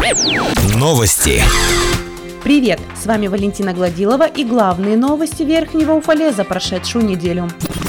Новости. Привет! С вами Валентина Гладилова и главные новости Верхнего Уфалея за прошедшую неделю.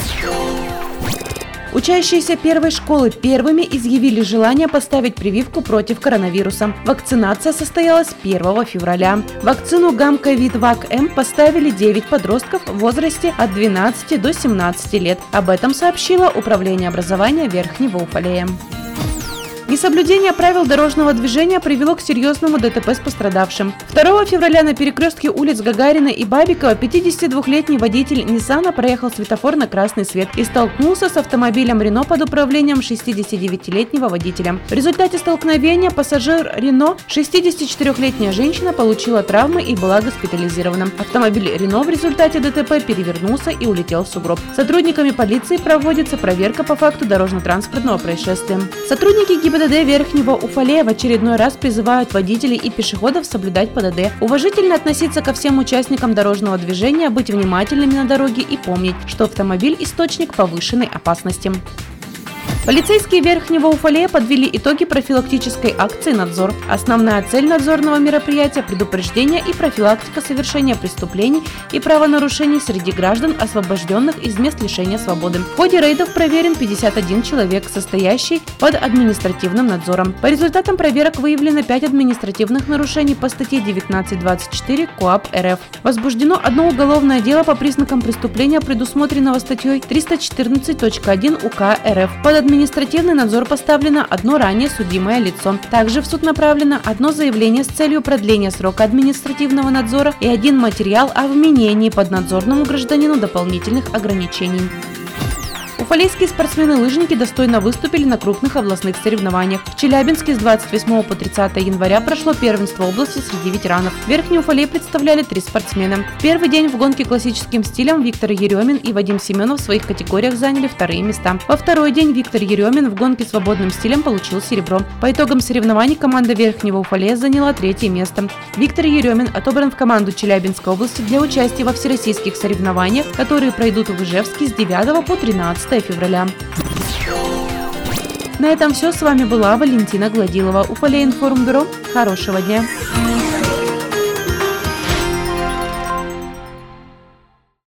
Учащиеся первой школы первыми изъявили желание поставить прививку против коронавируса. Вакцинация состоялась 1 февраля. Вакцину Гамковид-Вак-М поставили 9 подростков в возрасте от 12 до 17 лет. Об этом сообщило Управление образования Верхнего Уфалея. Несоблюдение правил дорожного движения привело к серьезному ДТП с пострадавшим. 2 февраля на перекрестке улиц Гагарина и Бабикова 52-летний водитель Ниссана проехал светофор на красный свет и столкнулся с автомобилем Рено под управлением 69-летнего водителя. В результате столкновения пассажир Рено, 64-летняя женщина, получила травмы и была госпитализирована. Автомобиль Рено в результате ДТП перевернулся и улетел в сугроб. Сотрудниками полиции проводится проверка по факту дорожно-транспортного происшествия. Сотрудники ГИБДД Верхнего Уфалея в очередной раз призывают водителей и пешеходов соблюдать ПДД, уважительно относиться ко всем участникам дорожного движения, быть внимательными на дороге и помнить, что автомобиль – источник повышенной опасности. Полицейские Верхнего Уфалея подвели итоги профилактической акции «Надзор». Основная цель надзорного мероприятия – предупреждение и профилактика совершения преступлений и правонарушений среди граждан, освобожденных из мест лишения свободы. В ходе рейдов проверен 51 человек, состоящий под административным надзором. По результатам проверок выявлено 5 административных нарушений по статье 19.24 КоАП РФ. Возбуждено одно уголовное дело по признакам преступления, предусмотренного статьей 314.1 УК РФ. Под административный надзор поставлено одно ранее судимое лицо. Также в суд направлено одно заявление с целью продления срока административного надзора и один материал о вменении поднадзорному гражданину дополнительных ограничений. Уфалейские спортсмены-лыжники достойно выступили на крупных областных соревнованиях. В Челябинске с 28 по 30 января прошло первенство области среди ветеранов. Верхний Уфалей представляли 3 спортсмена. В первый день в гонке классическим стилем Виктор Еремин и Вадим Семенов в своих категориях заняли 2-е места. Во второй день Виктор Еремин в гонке свободным стилем получил серебро. По итогам соревнований команда Верхнего Уфалея заняла 3-е место. Виктор Еремин отобран в команду Челябинской области для участия во всероссийских соревнованиях, которые пройдут в Ижевске с 9 по 13 февраля. На этом все. С вами была Валентина Гладилова. Уфалей Информбюро. Хорошего дня.